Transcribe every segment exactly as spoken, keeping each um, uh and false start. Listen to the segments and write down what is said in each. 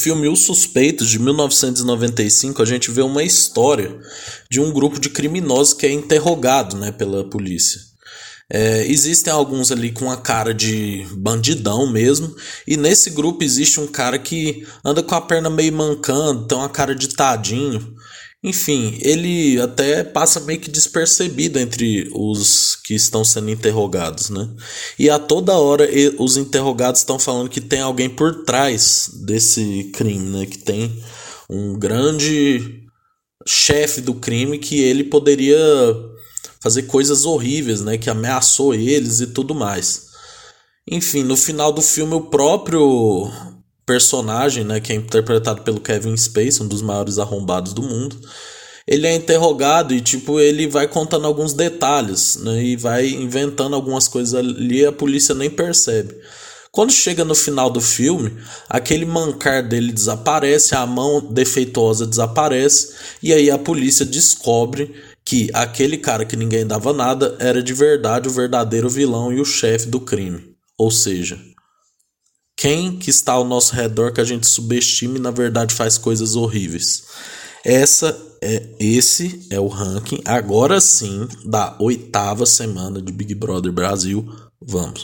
filme Os Suspeitos, de mil novecentos e noventa e cinco, a gente vê uma história de um grupo de criminosos que é interrogado, né, pela polícia. É, existem alguns ali com a cara de bandidão mesmo, e nesse grupo existe um cara que anda com a perna meio mancando, tem uma cara de tadinho. Enfim, ele até passa meio que despercebido entre os que estão sendo interrogados, né? E a toda hora os interrogados estão falando que tem alguém por trás desse crime, né? Que tem um grande chefe do crime que ele poderia fazer coisas horríveis, né? Que ameaçou eles e tudo mais. Enfim, no final do filme o próprio personagem, né, que é interpretado pelo Kevin Spacey, um dos maiores arrombados do mundo, ele é interrogado e tipo ele vai contando alguns detalhes, né, e vai inventando algumas coisas ali e a polícia nem percebe. Quando chega no final do filme, aquele mancar dele desaparece, a mão defeituosa desaparece e aí a polícia descobre que aquele cara que ninguém dava nada era de verdade o verdadeiro vilão e o chefe do crime. Ou seja, quem que está ao nosso redor que a gente subestima e na verdade faz coisas horríveis. Essa é, esse é o ranking, agora sim, da oitava semana de Big Brother Brasil. Vamos.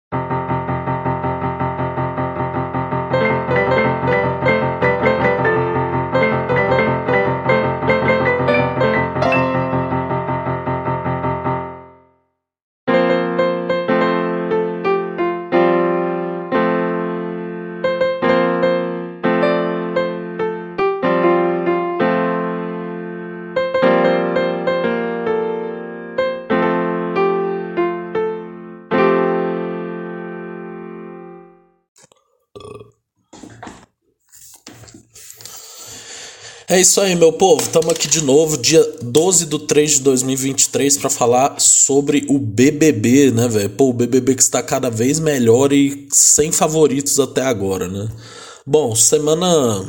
É isso aí, meu povo, estamos aqui de novo, dia doze de três de dois mil e vinte e três, para falar sobre o B B B, né, velho? Pô, o B B B que está cada vez melhor e sem favoritos até agora, né? Bom, semana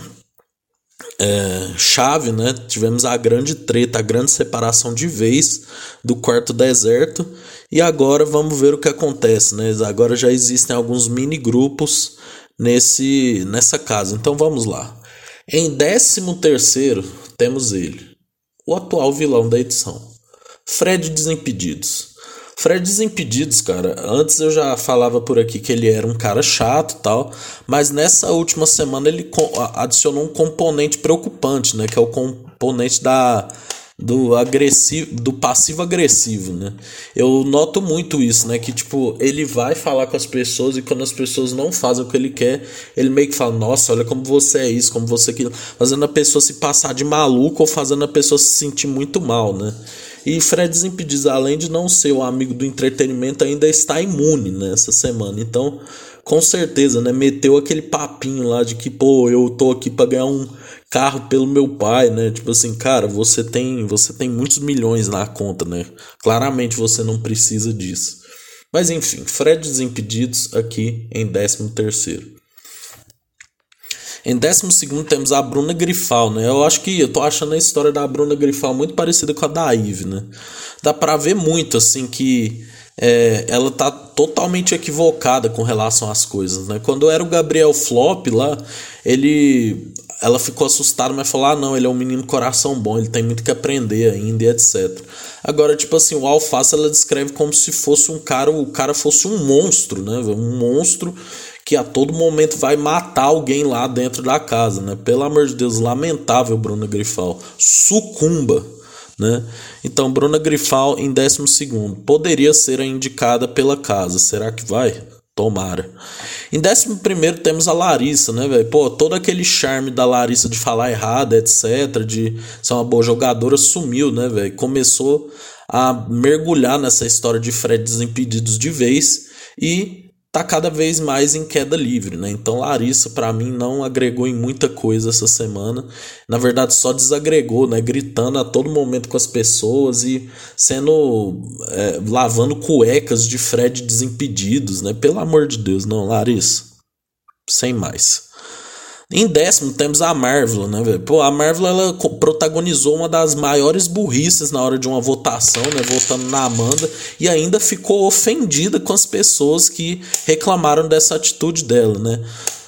é, chave, né? Tivemos a grande treta, a grande separação de vez do quarto deserto e agora vamos ver o que acontece, né? Agora já existem alguns mini grupos nesse, nessa casa, então vamos lá. Em décimo terceiro, temos ele, o atual vilão da edição, Fred Desimpedidos. Fred Desimpedidos, cara, antes eu já falava por aqui que ele era um cara chato e tal, mas nessa última semana ele adicionou um componente preocupante, né, que é o componente da... do agressivo, do passivo agressivo, né? Eu noto muito isso, né? Que tipo, ele vai falar com as pessoas e quando as pessoas não fazem o que ele quer, ele meio que fala, nossa, olha como você é isso, como você é aquilo, fazendo a pessoa se passar de maluco ou fazendo a pessoa se sentir muito mal, né? E Fred Desimpedidos, além de não ser o amigo do entretenimento, ainda está imune nessa semana. Então, com certeza, né? Meteu aquele papinho lá de que, pô, eu tô aqui pra ganhar um carro pelo meu pai, né? Tipo assim, cara, você tem, você tem muitos milhões na conta, né? Claramente você não precisa disso. Mas enfim, Fred Desimpedidos aqui em décimo terceiro. Em décimo segundo temos a Bruna Grifal, né? Eu acho que eu tô achando a história da Bruna Grifal muito parecida com a da Ive, né? Dá pra ver muito assim que é, ela tá totalmente equivocada com relação às coisas, né? Quando era o Gabriel Flop lá, ele... ela ficou assustada, mas falou, ah não, ele é um menino coração bom, ele tem muito que aprender ainda e etcétera. Agora, tipo assim, o Alface ela descreve como se fosse um cara, o cara fosse um monstro, né? Um monstro que a todo momento vai matar alguém lá dentro da casa, né? Pelo amor de Deus, lamentável, Bruna Grifal. Sucumba, né? Então, Bruna Grifal em décimo segundo. Poderia ser a indicada pela casa. Será que vai? Tomara. Em décimo primeiro temos a Larissa, né, velho? Pô, todo aquele charme da Larissa de falar errado, etcétera, de ser uma boa jogadora, sumiu, né, velho? Começou a mergulhar nessa história de Fred Desimpedidos de vez e tá cada vez mais em queda livre, né? Então Larissa, pra mim, não agregou em muita coisa essa semana. Na verdade, só desagregou, né? Gritando a todo momento com as pessoas e sendo... É, lavando cuecas de Fred Desimpedidos, né? Pelo amor de Deus, não, Larissa. Sem mais. Em décimo temos a Marvel, né, velho? Pô, a Marvel ela protagonizou uma das maiores burrices na hora de uma votação, né? Votando na Amanda. E ainda ficou ofendida com as pessoas que reclamaram dessa atitude dela, né?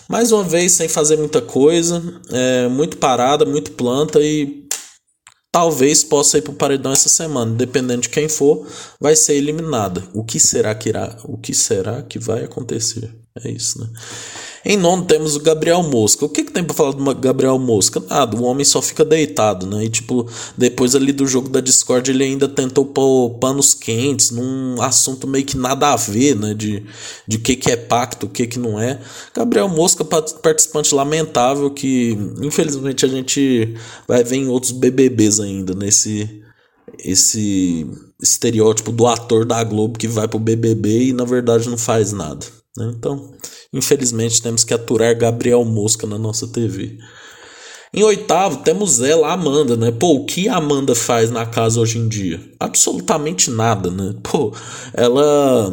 mais uma vez sem fazer muita coisa, é, muito parada, muito planta e talvez possa ir pro paredão essa semana, dependendo de quem for, vai ser eliminada. O que será que irá, o que será que vai acontecer? É isso, né? Em nono temos o Gabriel Mosca. O que, que tem pra falar do Gabriel Mosca? Nada, o homem só fica deitado, né? E tipo, depois ali do jogo da Discord ele ainda tentou pôr panos quentes num assunto meio que nada a ver, né? De, de o que, que é pacto, o que, que não é. Gabriel Mosca, participante lamentável que infelizmente a gente vai ver em outros B B Bs ainda, nesse esse estereótipo do ator da Globo que vai pro B B B e na verdade não faz nada, né? Então, infelizmente temos que aturar Gabriel Mosca na nossa T V. Em oitavo temos ela, a Amanda, né? Pô, o que a Amanda faz na casa hoje em dia? Absolutamente nada, né? Pô, ela...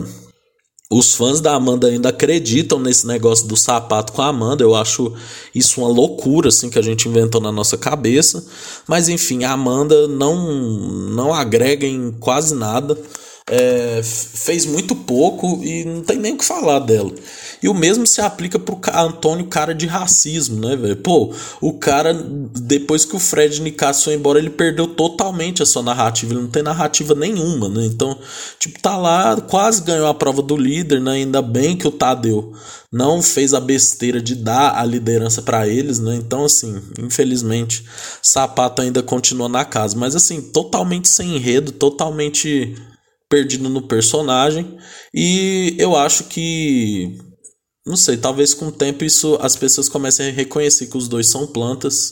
Os fãs da Amanda ainda acreditam nesse negócio do sapato com a Amanda. Eu acho isso uma loucura, assim, que a gente inventou na nossa cabeça. Mas enfim, a Amanda não, não agrega em quase nada. É, fez muito pouco e não tem nem o que falar dela. E o mesmo se aplica pro Antônio, cara de racismo, né, velho? Pô, o cara, depois que o Fred Nicásio foi embora, ele perdeu totalmente a sua narrativa. Ele não tem narrativa nenhuma, né? Então, tipo, tá lá, quase ganhou a prova do líder, né? Ainda bem que o Tadeu não fez a besteira de dar a liderança pra eles, né? Então, assim, infelizmente, Sapato ainda continua na casa. Mas, assim, totalmente sem enredo, totalmente perdido no personagem. E eu acho que... Não sei, talvez com o tempo isso as pessoas comecem a reconhecer que os dois são plantas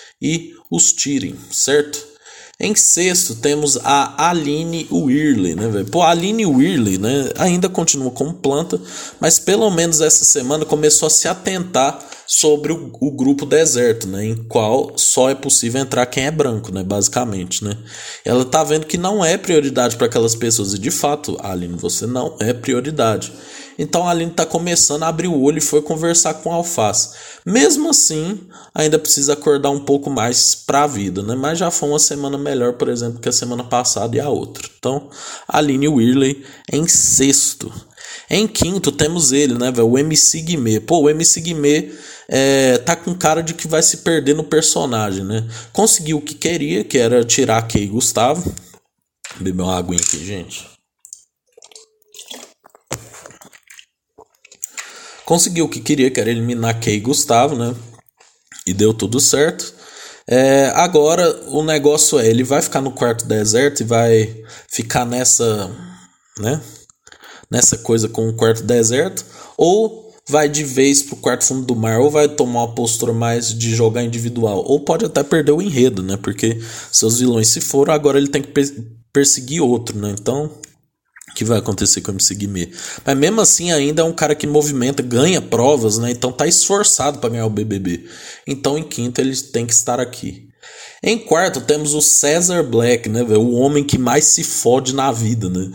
e os tirem, certo? Em sexto temos a Aline Whirley, né, velho? Pô, a Aline Whirley, né, ainda continua como planta, mas pelo menos essa semana começou a se atentar sobre o, o grupo deserto, né, em qual só é possível entrar quem é branco, né, basicamente, né? Ela tá vendo que não é prioridade para aquelas pessoas e de fato, Aline, você não é prioridade. Então a Aline está começando a abrir o olho e foi conversar com a Alface. Mesmo assim, ainda precisa acordar um pouco mais para a vida, né? Mas já foi uma semana melhor, por exemplo, que a semana passada e a outra. Então, Aline Whirley em sexto. Em quinto temos ele, né, velho? O M C Guimê. Pô, o M C Guimê é, tá com cara de que vai se perder no personagem, né? Conseguiu o que queria, que era tirar a Kay e Gustavo. Beber uma aguinha aqui, gente. Conseguiu o que queria, que era eliminar Kay e Gustavo, né? E deu tudo certo. É, agora o negócio é, ele vai ficar no quarto deserto e vai ficar nessa, né? Nessa coisa com o quarto deserto, ou vai de vez pro quarto fundo do mar, ou vai tomar uma postura mais de jogar individual, ou pode até perder o enredo, né? Porque seus vilões se foram, agora ele tem que perseguir outro, né? Então... O que vai acontecer com o M C Guimê? Mas mesmo assim ainda é um cara que movimenta, ganha provas, né? Então tá esforçado para ganhar o B B B. Então em quinto ele tem que estar aqui. Em quarto temos o Cesar Black, né, velho? O homem que mais se fode na vida, né?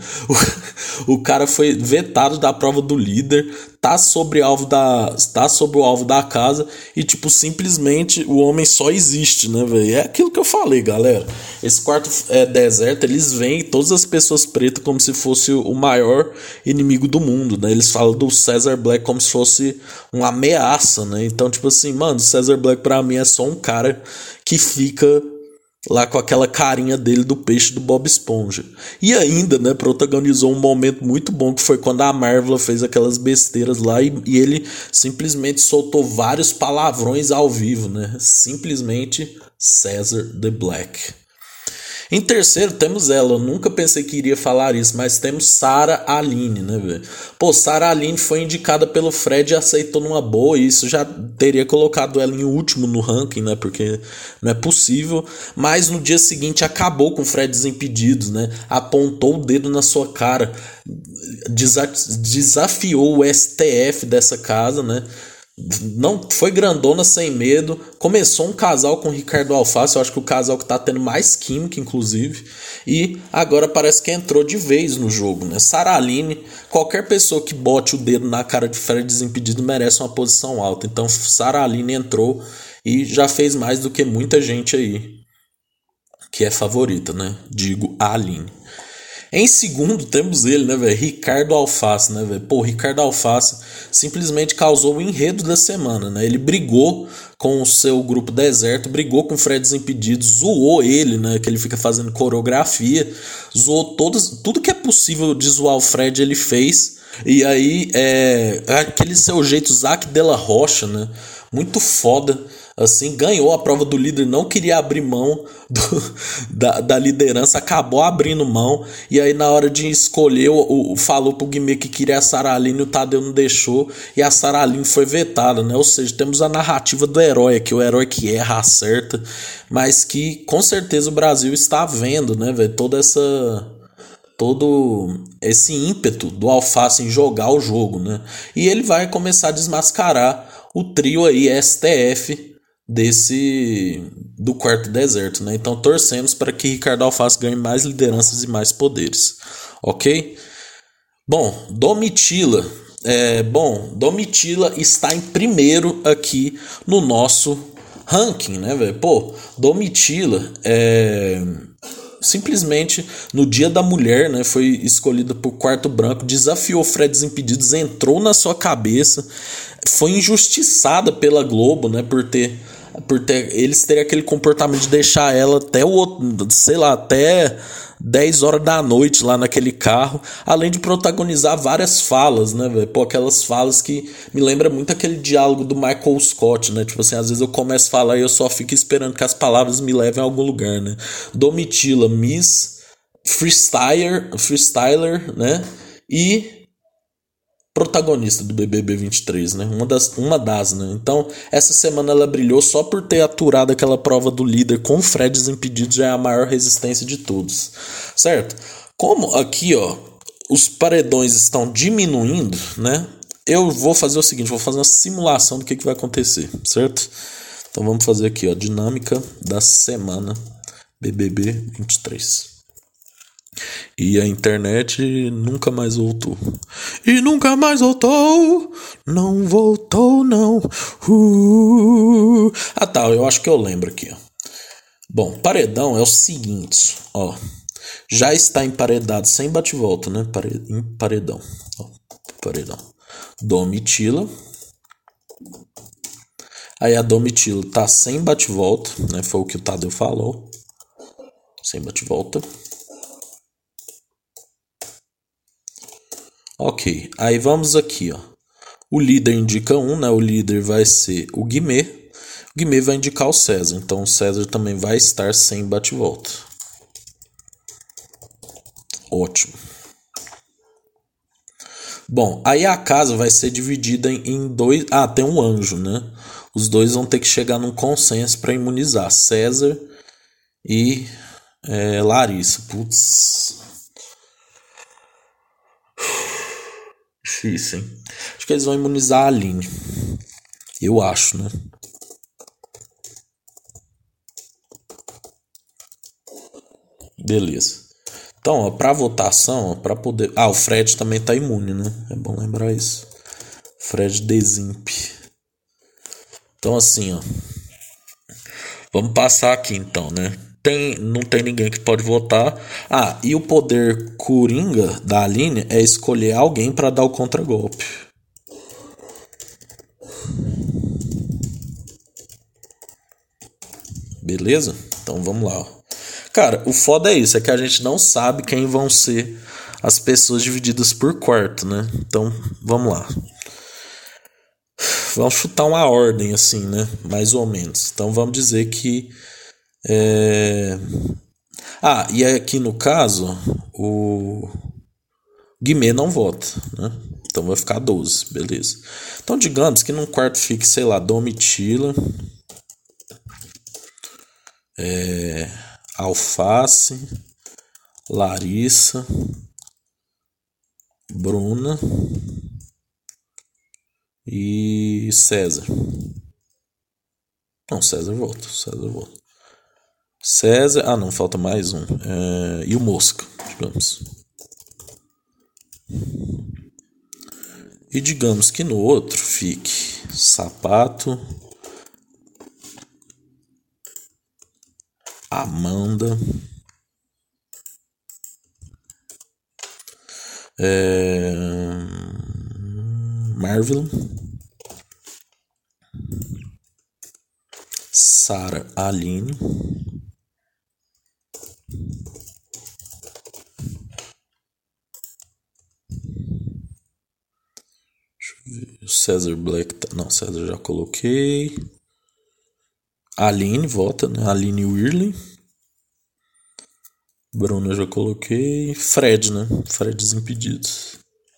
O, o cara foi vetado da prova do líder, tá sobre alvo da, tá sobre o alvo da casa e tipo simplesmente o homem só existe, né, velho? É aquilo que eu falei, galera. Esse quarto é, deserto, eles veem todas as pessoas pretas como se fosse o maior inimigo do mundo, né? Eles falam do Cesar Black como se fosse uma ameaça, né? Então tipo assim, mano, o Cesar Black pra mim é só um cara que fica lá com aquela carinha dele do peixe do Bob Esponja. E ainda, né, protagonizou um momento muito bom, que foi quando a Marvel fez aquelas besteiras lá e, e ele simplesmente soltou vários palavrões ao vivo, né? Simplesmente Cesar the Black. Em terceiro temos ela, eu nunca pensei que iria falar isso, mas temos Sarah Aline, né, velho? Pô, Sarah Aline foi indicada pelo Fred e aceitou numa boa, e isso já teria colocado ela em último no ranking, né, porque não é possível, mas no dia seguinte acabou com o Fred Desimpedidos, né, apontou o dedo na sua cara, desa- desafiou o S T F dessa casa, né, não foi grandona, sem medo. Começou um casal com o Ricardo Alface. Eu acho que o casal que tá tendo mais química, inclusive. E agora parece que entrou de vez no jogo, né? Sarah Aline, qualquer pessoa que bote o dedo na cara de Fred Desimpedido merece uma posição alta. Então Sarah Aline entrou e já fez mais do que muita gente aí que é favorita, né? Digo, a Aline. Em segundo, temos ele, né, velho? Ricardo Alface, né, velho? Pô, o Ricardo Alface simplesmente causou o enredo da semana, né? Ele brigou com o seu grupo Deserto, brigou com o Fred Desimpedidos, zoou ele, né? Que ele fica fazendo coreografia, zoou todas, tudo que é possível de zoar o Fred, ele fez. E aí, é, aquele seu jeito, Zac Della Rocha, né? Muito foda. Assim, ganhou a prova do líder, não queria abrir mão do, da, da liderança, acabou abrindo mão. E aí, na hora de escolher, o, o, falou pro Guimê que queria a Sara Aline, o Tadeu não deixou, e a Sara Aline foi vetada, né? Ou seja, temos a narrativa do herói aqui, o herói que erra, acerta, mas que com certeza o Brasil está vendo, né, velho? Toda essa. Todo esse ímpeto do Alface em jogar o jogo, né? E ele vai começar a desmascarar o trio aí S T F desse do Quarto Deserto, né? Então torcemos para que Ricardo Alface ganhe mais lideranças e mais poderes, ok? Bom, Domitila, é, bom, Domitila está em primeiro aqui no nosso ranking, né, velho? Pô, Domitila é simplesmente no Dia da Mulher, né, foi escolhida por Quarto Branco, desafiou Fred Desimpedidos, entrou na sua cabeça, foi injustiçada pela Globo, né, por ter, por ter eles terem aquele comportamento de deixar ela até o outro, sei lá, até dez horas da noite lá naquele carro, além de protagonizar várias falas, né, velho? Pô, aquelas falas que me lembra muito aquele diálogo do Michael Scott, né? Tipo assim, às vezes eu começo a falar e eu só fico esperando que as palavras me levem a algum lugar, né? Domitila, Miss Freestyler, Freestyler, né? E protagonista do B B B vinte e três, né? Uma das, uma das, né? Então, essa semana ela brilhou só por ter aturado aquela prova do líder com o Fred Desimpedidos, já é a maior resistência de todos, certo? Como aqui, ó, os paredões estão diminuindo, né? Eu vou fazer o seguinte, vou fazer uma simulação do que, que vai acontecer, certo? Então vamos fazer aqui, ó, dinâmica da semana B B B vinte e três. E a internet nunca mais voltou. E nunca mais voltou. Não voltou, não. Uh. Ah, tá. Eu acho que eu lembro aqui, ó. Bom, paredão é o seguinte, ó. Já está emparedado sem bate-volta, né? Pare... Paredão. Ó, paredão. Domitila. Aí a Domitila tá sem bate-volta, né? Foi o que o Tadeu falou. Sem bate-volta. Ok, aí vamos aqui, ó. O líder indica um, né? O líder vai ser o Guimê. O Guimê vai indicar o César. Então o César também vai estar sem bate-volta. Ótimo. Bom, aí a casa vai ser dividida em dois. Ah, tem um anjo, né? Os dois vão ter que chegar num consenso para imunizar César e é, Larissa. Putz. Difícil, hein? Acho que eles vão imunizar a Aline. Eu acho, né? Beleza. Então, ó, pra votação, ó, pra poder... Ah, o Fred também tá imune, né? É bom lembrar isso. Fred Desimp. Então, assim, ó. Vamos passar aqui, então, né? Tem, não tem ninguém que pode votar. Ah, e o poder coringa da Aline é escolher alguém para dar o contragolpe. Beleza? Então vamos lá. Ó. Cara, o foda é isso, é que a gente não sabe quem vão ser as pessoas divididas por quarto, né? Então vamos lá. Vamos chutar uma ordem assim, né? Mais ou menos. Então vamos dizer que É... Ah, e aqui no caso, o Guimê não vota, né? Então vai ficar doze, beleza. Então digamos que num quarto fique, sei lá, Domitila, é... Alface, Larissa, Bruna e César. Não, César vota, César vota. César, ah não, falta mais um. É, e o Mosca, digamos. E digamos que no outro fique Sapato, Amanda, É... Marvel. Sarah Aline. César Black, tá... não, César já coloquei. Aline, volta, né? Aline Whirley. Bruno eu já coloquei. Fred, né? Fred Desimpedidos.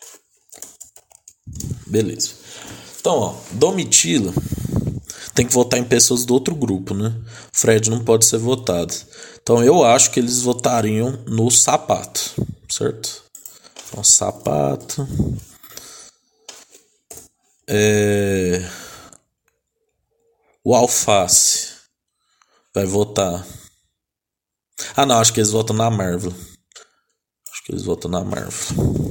Beleza. Então, ó, Domitila tem que votar em pessoas do outro grupo, né? Fred não pode ser votado. Então eu acho que eles votariam no Sapato, certo? Então, Sapato. É... O Alface vai votar. Ah, não, acho que eles votam na Marvel. Acho que eles votam na Marvel.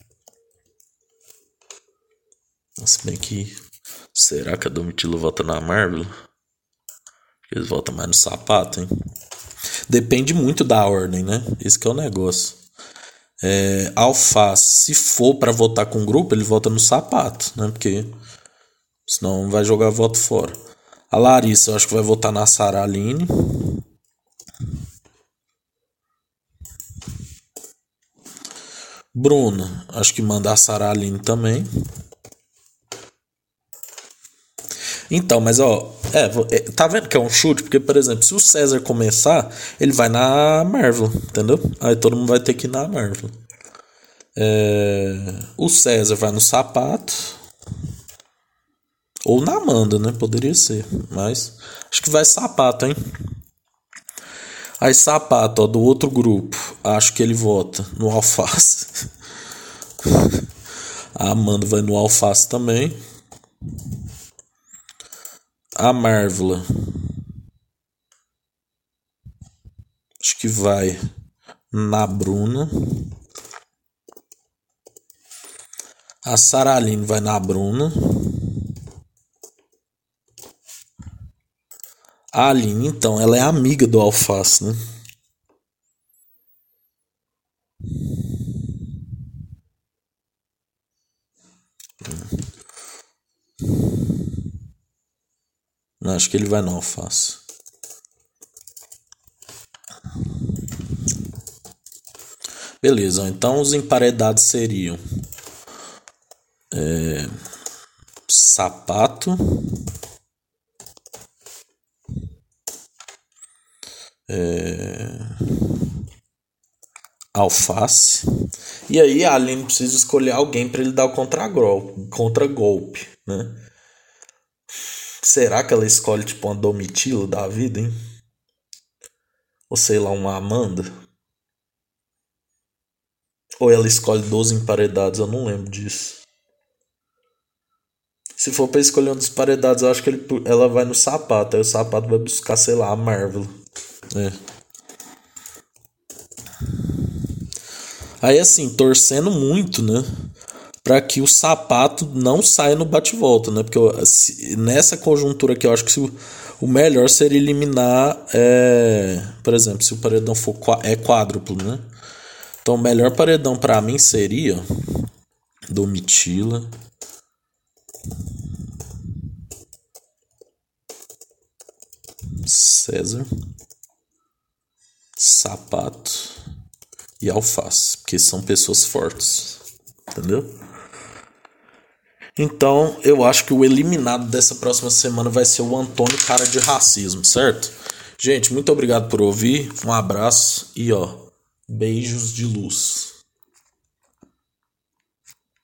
Se bem que... Será que a Domitila vota na Marvel? Eles votam mais no Sapato, hein? Depende muito da ordem, né? Esse que é o negócio. É, Alface, se for pra votar com o grupo, ele vota no Sapato, né? Porque senão vai jogar voto fora. A Larissa, eu acho que vai votar na Sarah Aline. Bruna, acho que manda a Sarah Aline também. Então, mas ó, é, tá vendo que é um chute? Porque, por exemplo, se o César começar, ele vai na Marvel, entendeu? Aí todo mundo vai ter que ir na Marvel. É, o César vai no Sapato. Ou na Amanda, né? Poderia ser. Mas acho que vai Sapato, hein? Aí Sapato, ó, do outro grupo. Acho que ele vota no Alface. A Amanda vai no Alface também. A Marvel, acho que vai na Bruna. A Sarah Aline vai na Bruna. A Aline, então, ela é amiga do Alface, né? Não, acho que ele vai no Alface. Beleza, então os emparedados seriam é, Sapato, é, Alface. E aí a Aline precisa escolher alguém para ele dar o contra-golpe, contra-golpe, né? Será que ela escolhe tipo uma Domitila da vida, hein? Ou sei lá, uma Amanda? Ou ela escolhe doze emparedados, eu não lembro disso. Se for pra escolher um dos emparedados, eu acho que ele, ela vai no Sapato. Aí o Sapato vai buscar, sei lá, a Marvel. É. Aí assim, torcendo muito, né? Pra que o Sapato não saia no bate-volta, né? Porque eu, se, nessa conjuntura aqui, eu acho que se o, o melhor seria eliminar, é, por exemplo, se o paredão for é quádruplo, né? Então o melhor paredão pra mim seria Domitila, César, Sapato e Alface, porque são pessoas fortes, entendeu? Então, eu acho que o eliminado dessa próxima semana vai ser o Antônio Cara de Racismo, certo? Gente, muito obrigado por ouvir, um abraço e ó, beijos de luz.